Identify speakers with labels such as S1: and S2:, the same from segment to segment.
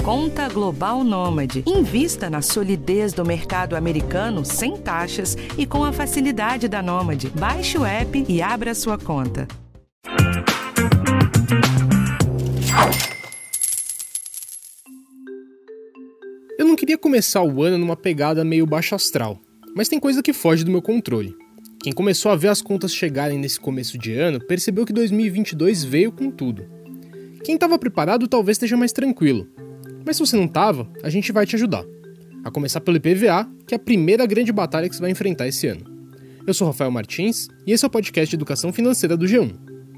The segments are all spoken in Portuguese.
S1: Conta Global Nômade. Invista na solidez do mercado americano sem taxas e com a facilidade da Nômade. Baixe o app e abra sua conta.
S2: Eu não queria começar o ano numa pegada meio baixo astral, mas tem coisa que foge do meu controle. Quem começou a ver as contas chegarem nesse começo de ano percebeu que 2022 veio com tudo. Quem estava preparado talvez esteja mais tranquilo, mas se você não estava, a gente vai te ajudar. A começar pelo IPVA, que é a primeira grande batalha que você vai enfrentar esse ano. Eu sou Rafael Martins e esse é o podcast de Educação Financeira do G1.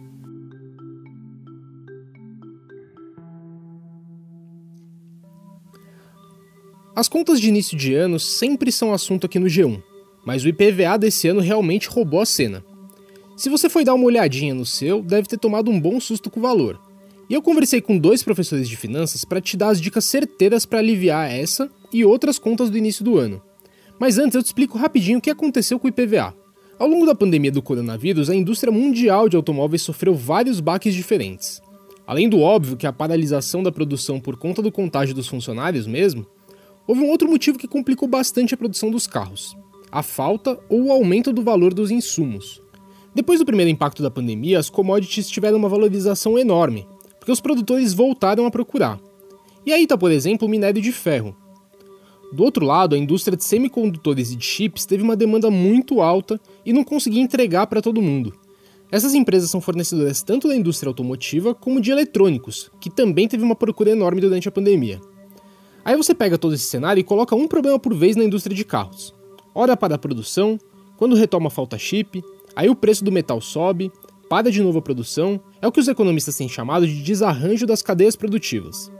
S2: As contas de início de ano sempre são assunto aqui no G1, mas o IPVA desse ano realmente roubou a cena. Se você foi dar uma olhadinha no seu, deve ter tomado um bom susto com o valor. E eu conversei com 2 professores de finanças para te dar as dicas certeiras para aliviar essa e outras contas do início do ano. Mas antes eu te explico rapidinho o que aconteceu com o IPVA. Ao longo da pandemia do coronavírus, a indústria mundial de automóveis sofreu vários baques diferentes. Além do óbvio que a paralisação da produção por conta do contágio dos funcionários mesmo, houve um outro motivo que complicou bastante a produção dos carros: a falta ou o aumento do valor dos insumos. Depois do primeiro impacto da pandemia, as commodities tiveram uma valorização enorme, porque os produtores voltaram a procurar. E aí está, por exemplo, o minério de ferro. Do outro lado, a indústria de semicondutores e de chips teve uma demanda muito alta e não conseguia entregar para todo mundo. Essas empresas são fornecedoras tanto da indústria automotiva como de eletrônicos, que também teve uma procura enorme durante a pandemia. Aí você pega todo esse cenário e coloca um problema por vez na indústria de carros. Ora para a produção, quando retoma falta chip, aí o preço do metal sobe, para de novo a produção, é o que os economistas têm chamado de desarranjo das cadeias produtivas.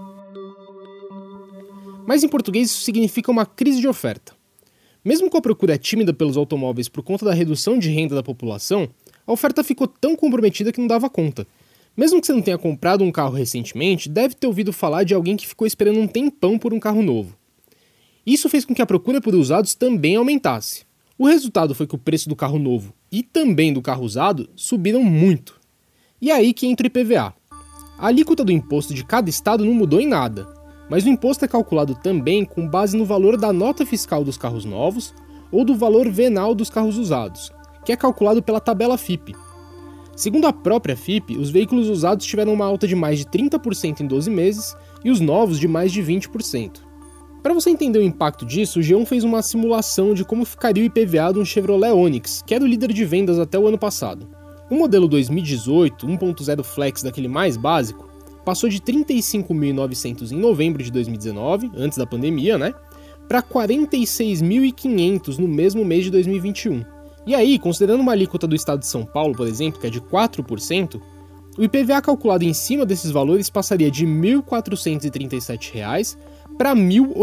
S2: Mas em português isso significa uma crise de oferta. Mesmo com a procura tímida pelos automóveis por conta da redução de renda da população, a oferta ficou tão comprometida que não dava conta. Mesmo que você não tenha comprado um carro recentemente, deve ter ouvido falar de alguém que ficou esperando um tempão por um carro novo. Isso fez com que a procura por usados também aumentasse. O resultado foi que o preço do carro novo e também do carro usado subiram muito. E aí que entra o IPVA. A alíquota do imposto de cada estado não mudou em nada, mas o imposto é calculado também com base no valor da nota fiscal dos carros novos ou do valor venal dos carros usados, que é calculado pela tabela FIPE. Segundo a própria FIPE, os veículos usados tiveram uma alta de mais de 30% em 12 meses e os novos de mais de 20%. Para você entender o impacto disso, o G1 fez uma simulação de como ficaria o IPVA de um Chevrolet Onix, que era o líder de vendas até o ano passado. O modelo 2018, 1.0 Flex daquele mais básico, passou de 35.900 em novembro de 2019, antes da pandemia, para 46.500 no mesmo mês de 2021. E aí, considerando uma alíquota do estado de São Paulo, por exemplo, que é de 4%, o IPVA calculado em cima desses valores passaria de R$ 1.437 para R$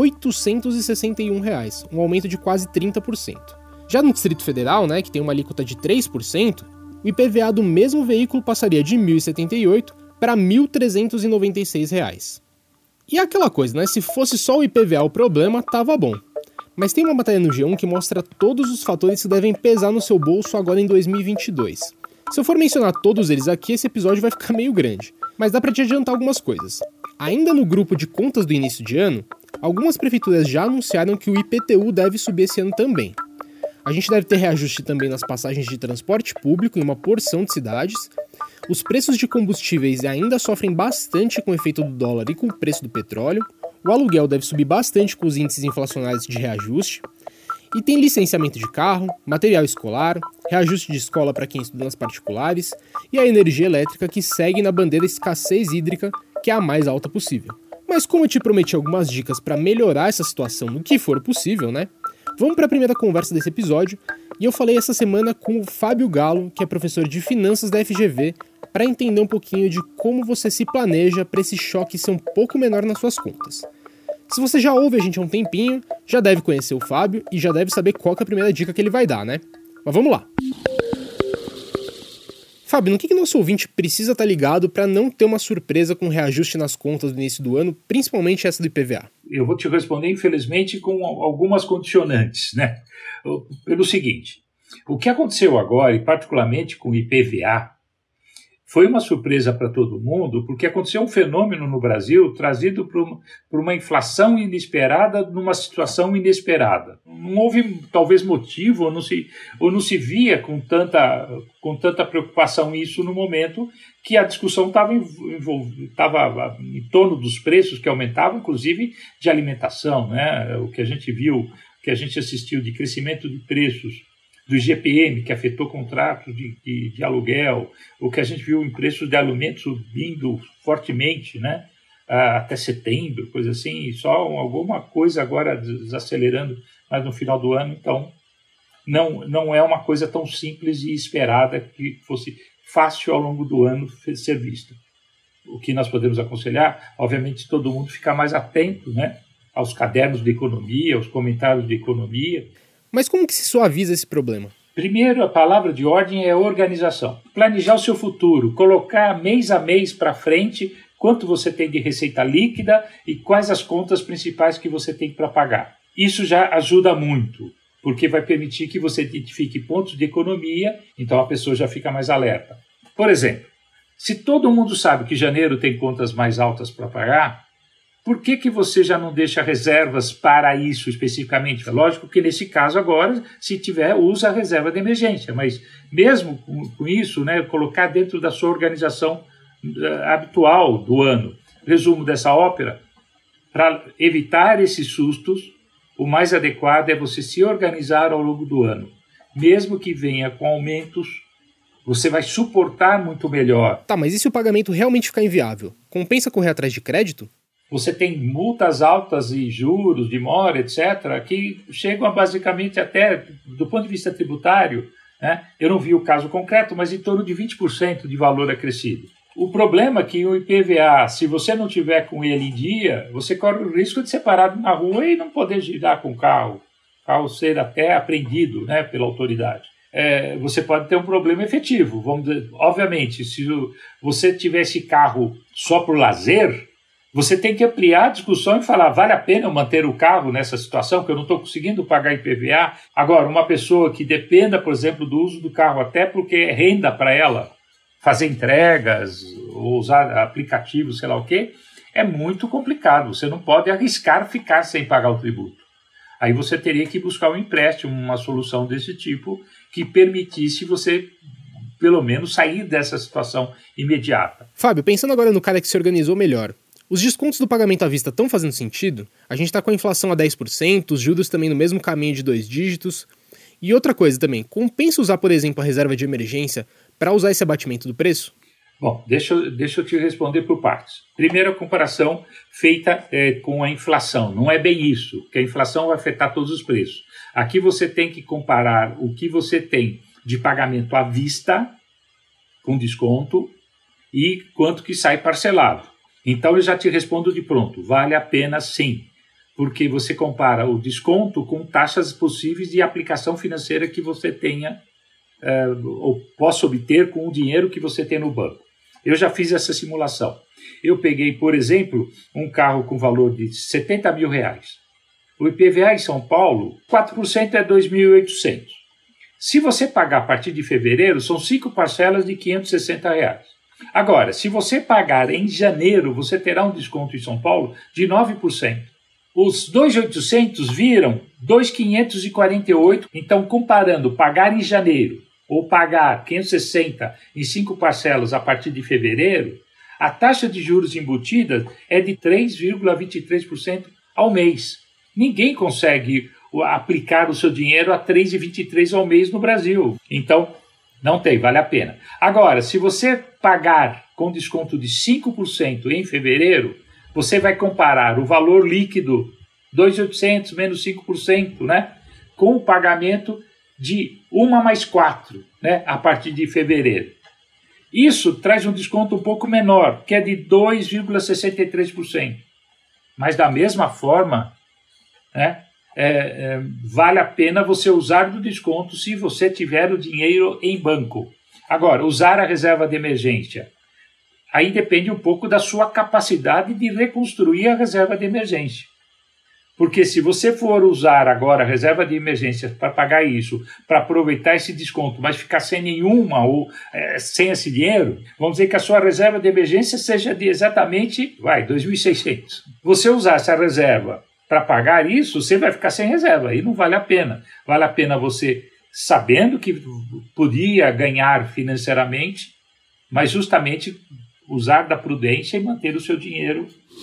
S2: 1.861, um aumento de quase 30%. Já no Distrito Federal, que tem uma alíquota de 3%, o IPVA do mesmo veículo passaria de R$ 1.078 para R$ 1.396. E é aquela coisa, se fosse só o IPVA o problema, tava bom. Mas tem uma matéria no G1 que mostra todos os fatores que devem pesar no seu bolso agora em 2022. Se eu for mencionar todos eles aqui, esse episódio vai ficar meio grande, mas dá pra te adiantar algumas coisas. Ainda no grupo de contas do início de ano, algumas prefeituras já anunciaram que o IPTU deve subir esse ano também. A gente deve ter reajuste também nas passagens de transporte público em uma porção de cidades. Os preços de combustíveis ainda sofrem bastante com o efeito do dólar e com o preço do petróleo. O aluguel deve subir bastante com os índices inflacionários de reajuste. E tem licenciamento de carro, material escolar, reajuste de escola para quem estuda nas particulares e a energia elétrica que segue na bandeira escassez hídrica, que é a mais alta possível. Mas como eu te prometi algumas dicas para melhorar essa situação no que for possível, vamos para a primeira conversa desse episódio. E eu falei essa semana com o Fábio Galo, que é professor de finanças da FGV, para entender um pouquinho de como você se planeja para esse choque ser um pouco menor nas suas contas. Se você já ouve a gente há um tempinho, já deve conhecer o Fábio e já deve saber qual que é a primeira dica que ele vai dar, Mas vamos lá! Fábio, no que nosso ouvinte precisa estar ligado para não ter uma surpresa com reajuste nas contas do início do ano, principalmente essa do IPVA?
S3: Eu vou te responder, infelizmente, com algumas condicionantes, Pelo seguinte, o que aconteceu agora, e particularmente com o IPVA, foi uma surpresa para todo mundo, porque aconteceu um fenômeno no Brasil trazido por uma inflação inesperada numa situação inesperada. Não houve, talvez, motivo, ou não se via com tanta preocupação isso no momento que a discussão estava em torno dos preços que aumentavam, inclusive de alimentação, né? O que a gente viu, o que a gente assistiu de crescimento de preços do IGPM, que afetou contratos de aluguel, o que a gente viu em preços de alimentos subindo fortemente, né, até setembro, coisa assim, e só alguma coisa agora desacelerando, mas no final do ano, então não é uma coisa tão simples e esperada que fosse fácil ao longo do ano ser vista. O que nós podemos aconselhar, obviamente, todo mundo ficar mais atento, né, aos cadernos de economia, aos comentários de economia.
S2: Mas como que se suaviza esse problema?
S3: Primeiro, a palavra de ordem é organização. Planejar o seu futuro, colocar mês a mês para frente quanto você tem de receita líquida e quais as contas principais que você tem para pagar. Isso já ajuda muito, porque vai permitir que você identifique pontos de economia, então a pessoa já fica mais alerta. Por exemplo, se todo mundo sabe que janeiro tem contas mais altas para pagar, por que você já não deixa reservas para isso especificamente? Lógico que nesse caso agora, se tiver, usa a reserva de emergência, mas mesmo com isso, né, colocar dentro da sua organização habitual do ano. Resumo dessa ópera, para evitar esses sustos, o mais adequado é você se organizar ao longo do ano. Mesmo que venha com aumentos, você vai suportar muito melhor.
S2: Tá, mas e se o pagamento realmente ficar inviável? Compensa correr atrás de crédito?
S3: Você tem multas altas e juros, demora, etc., que chegam a basicamente até, do ponto de vista tributário, né? Eu não vi o caso concreto, mas em torno de 20% de valor acrescido. O problema é que o IPVA, se você não tiver com ele em dia, você corre o risco de ser parado na rua e não poder girar com o carro ser até apreendido, né, pela autoridade. Você pode ter um problema efetivo. Vamos dizer, obviamente, se você tiver esse carro só por lazer, você tem que ampliar a discussão e falar, vale a pena eu manter o carro nessa situação, que eu não estou conseguindo pagar IPVA? Agora, uma pessoa que dependa, por exemplo, do uso do carro, até porque é renda para ela, fazer entregas, ou usar aplicativos, sei lá o quê, é muito complicado. Você não pode arriscar ficar sem pagar o tributo. Aí você teria que buscar um empréstimo, uma solução desse tipo, que permitisse você, pelo menos, sair dessa situação imediata.
S2: Fábio, pensando agora no cara que se organizou melhor, os descontos do pagamento à vista estão fazendo sentido? A gente está com a inflação a 10%, os juros também no mesmo caminho de 2 dígitos. E outra coisa também, compensa usar, por exemplo, a reserva de emergência para usar esse abatimento do preço?
S3: Bom, deixa eu te responder por partes. Primeiro, a comparação feita com a inflação. Não é bem isso, porque a inflação vai afetar todos os preços. Aqui você tem que comparar o que você tem de pagamento à vista, com desconto, e quanto que sai parcelado. Então, eu já te respondo de pronto, vale a pena sim, porque você compara o desconto com taxas possíveis de aplicação financeira que você tenha ou possa obter com o dinheiro que você tem no banco. Eu já fiz essa simulação. Eu peguei, por exemplo, um carro com valor de R$70 mil. O IPVA em São Paulo, 4% é 2.800. Se você pagar a partir de fevereiro, são 5 parcelas de R$560. Agora, se você pagar em janeiro, você terá um desconto em São Paulo de 9%. Os 2.800 viram 2.548. Então, comparando pagar em janeiro ou pagar 560 em 5 parcelas a partir de fevereiro, a taxa de juros embutida é de 3,23% ao mês. Ninguém consegue aplicar o seu dinheiro a 3,23% ao mês no Brasil. Então, não tem, vale a pena. Agora, se você pagar com desconto de 5% em fevereiro, você vai comparar o valor líquido, 2.800 menos 5%, né, com o pagamento de 1 mais 4, né, a partir de fevereiro. Isso traz um desconto um pouco menor, que é de 2,63%. Mas, da mesma forma, né, vale a pena você usar do desconto se você tiver o dinheiro em banco. Agora, usar a reserva de emergência. Aí depende um pouco da sua capacidade de reconstruir a reserva de emergência. Porque se você for usar agora a reserva de emergência para pagar isso, para aproveitar esse desconto, mas ficar sem nenhuma ou sem esse dinheiro, vamos dizer que a sua reserva de emergência seja de exatamente, 2.600. Você usar essa reserva para pagar isso, você vai ficar sem reserva e não vale a pena. Vale a pena você, sabendo que podia ganhar financeiramente, mas justamente usar da prudência e manter o seu dinheiro.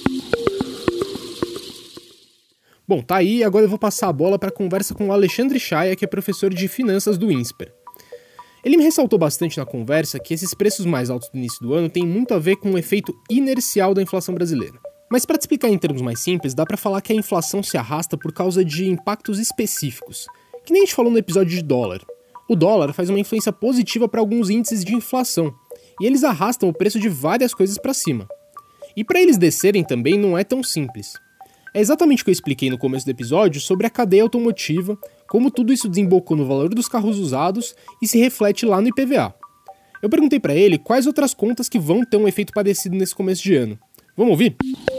S2: Bom, tá aí, agora eu vou passar a bola para a conversa com o Alexandre Chaya, que é professor de finanças do INSPER. Ele me ressaltou bastante na conversa que esses preços mais altos do início do ano têm muito a ver com o efeito inercial da inflação brasileira. Mas para te explicar em termos mais simples, dá para falar que a inflação se arrasta por causa de impactos específicos, que nem a gente falou no episódio de dólar. O dólar faz uma influência positiva para alguns índices de inflação, e eles arrastam o preço de várias coisas para cima. E para eles descerem também não é tão simples. É exatamente o que eu expliquei no começo do episódio sobre a cadeia automotiva, como tudo isso desembocou no valor dos carros usados e se reflete lá no IPVA. Eu perguntei para ele quais outras contas que vão ter um efeito parecido nesse começo de ano. Vamos ouvir?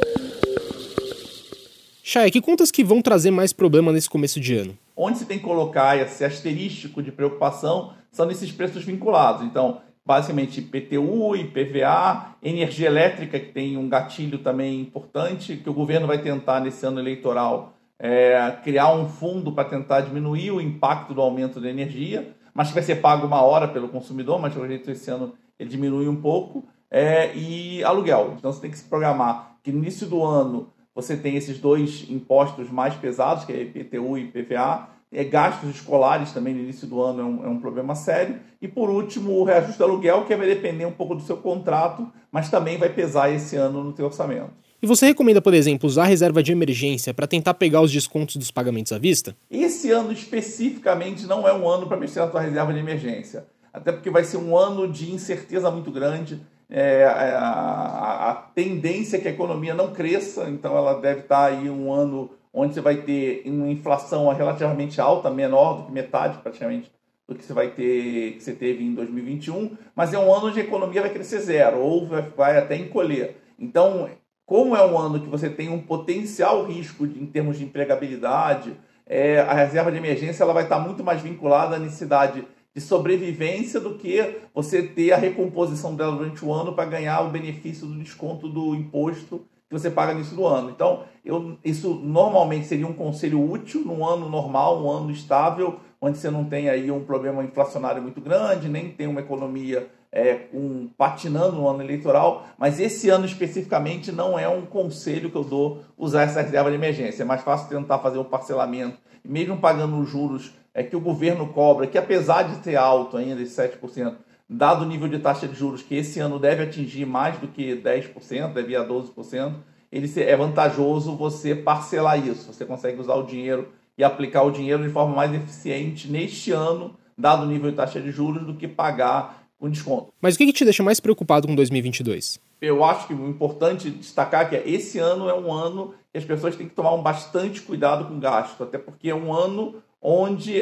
S2: Chaya, que contas que vão trazer mais problema nesse começo de ano?
S4: Onde se tem que colocar esse asterístico de preocupação são nesses preços vinculados. Então, basicamente IPTU, IPVA, energia elétrica, que tem um gatilho também importante, que o governo vai tentar, nesse ano eleitoral, criar um fundo para tentar diminuir o impacto do aumento da energia, mas que vai ser pago uma hora pelo consumidor, mas, pelo jeito, esse ano ele diminui um pouco, e aluguel. Então, você tem que se programar que no início do ano você tem esses dois impostos mais pesados, que é IPTU e IPVA, gastos escolares também no início do ano é um problema sério. E, por último, o reajuste do aluguel, que vai depender um pouco do seu contrato, mas também vai pesar esse ano no teu orçamento.
S2: E você recomenda, por exemplo, usar a reserva de emergência para tentar pegar os descontos dos pagamentos à vista?
S4: Esse ano, especificamente, não é um ano para mexer na tua reserva de emergência. Até porque vai ser um ano de incerteza muito grande. A tendência é que a economia não cresça, então ela deve estar aí um ano onde você vai ter uma inflação relativamente alta, menor do que metade praticamente do que você teve em 2021, mas é um ano onde a economia vai crescer zero, ou vai até encolher. Então, como é um ano que você tem um potencial risco em termos de empregabilidade, a reserva de emergência ela vai estar muito mais vinculada à necessidade de sobrevivência do que você ter a recomposição dela durante o ano para ganhar o benefício do desconto do imposto que você paga no início do ano. Então, isso normalmente seria um conselho útil num ano normal, um ano estável, onde você não tem aí um problema inflacionário muito grande, nem tem uma economia patinando no ano eleitoral, mas esse ano especificamente não é um conselho que eu dou usar essa reserva de emergência. É mais fácil tentar fazer um parcelamento, mesmo pagando os juros que o governo cobra, que apesar de ser alto ainda, esse 7%, dado o nível de taxa de juros que esse ano deve atingir mais do que 10%, deve ir a 12%, é vantajoso você parcelar isso. Você consegue usar o dinheiro e aplicar o dinheiro de forma mais eficiente neste ano, dado o nível de taxa de juros, do que pagar com desconto.
S2: Mas o que te deixa mais preocupado com 2022?
S4: Eu acho que o importante destacar que esse ano é um ano que as pessoas têm que tomar bastante cuidado com o gasto, até porque é um ano onde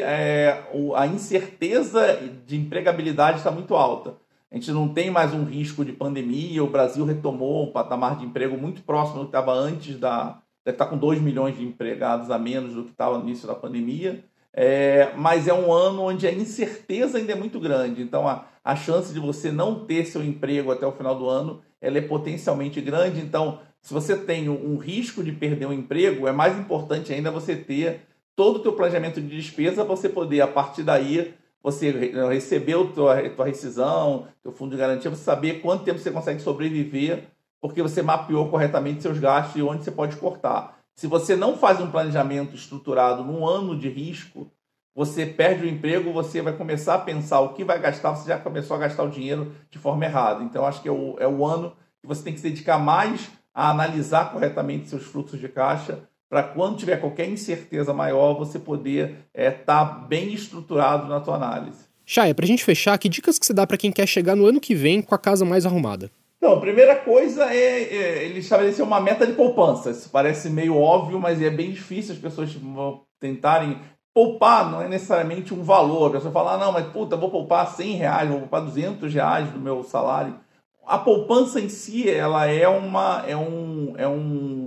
S4: a incerteza de empregabilidade está muito alta. A gente não tem mais um risco de pandemia, o Brasil retomou um patamar de emprego muito próximo do que estava antes deve estar com 2 milhões de empregados a menos do que estava no início da pandemia, mas é um ano onde a incerteza ainda é muito grande, então a chance de você não ter seu emprego até o final do ano ela é potencialmente grande. Então, se você tem um risco de perder um emprego, é mais importante ainda você ter todo o teu planejamento de despesa para você poder, a partir daí, você receber a tua rescisão, teu fundo de garantia, você saber quanto tempo você consegue sobreviver, porque você mapeou corretamente seus gastos e onde você pode cortar. Se você não faz um planejamento estruturado num ano de risco, você perde o emprego, você vai começar a pensar o que vai gastar, você já começou a gastar o dinheiro de forma errada. Então, acho que é o ano que você tem que se dedicar mais a analisar corretamente seus fluxos de caixa, para quando tiver qualquer incerteza maior, você poder estar bem estruturado na tua análise.
S2: Chaya, para a gente fechar, que dicas que você dá para quem quer chegar no ano que vem com a casa mais arrumada?
S4: Então, a primeira coisa ele estabelecer uma meta de poupança. Isso parece meio óbvio, mas é bem difícil as pessoas tentarem poupar. Não é necessariamente um valor. A pessoa fala, não, mas puta, vou poupar R$100, vou poupar R$200 do meu salário. A poupança em si, ela é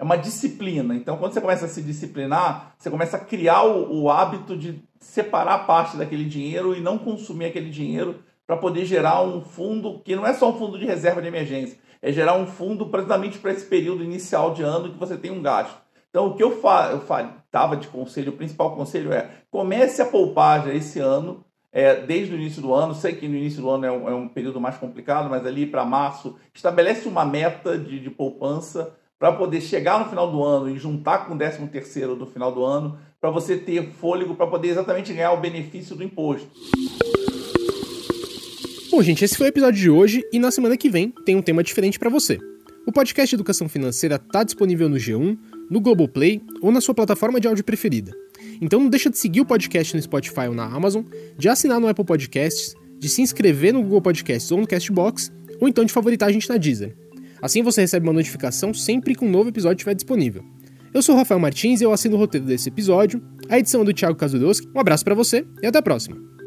S4: é uma disciplina. Então, quando você começa a se disciplinar, você começa a criar o hábito de separar parte daquele dinheiro e não consumir aquele dinheiro para poder gerar um fundo que não é só um fundo de reserva de emergência, é gerar um fundo precisamente para esse período inicial de ano que você tem um gasto. Então, o que eu dava de conselho, o principal conselho é comece a poupar já esse ano, desde o início do ano. Sei que no início do ano é um período mais complicado, mas ali para março, estabelece uma meta de poupança para poder chegar no final do ano e juntar com o 13º do final do ano, para você ter fôlego para poder exatamente ganhar o benefício do imposto.
S2: Bom, gente, esse foi o episódio de hoje e na semana que vem tem um tema diferente para você. O podcast de Educação Financeira está disponível no G1, no Globoplay ou na sua plataforma de áudio preferida. Então não deixa de seguir o podcast no Spotify ou na Amazon, de assinar no Apple Podcasts, de se inscrever no Google Podcasts ou no Castbox, ou então de favoritar a gente na Deezer. Assim você recebe uma notificação sempre que um novo episódio estiver disponível. Eu sou o Rafael Martins e eu assino o roteiro desse episódio, a edição é do Thiago Kazudowski. Um abraço para você e até a próxima!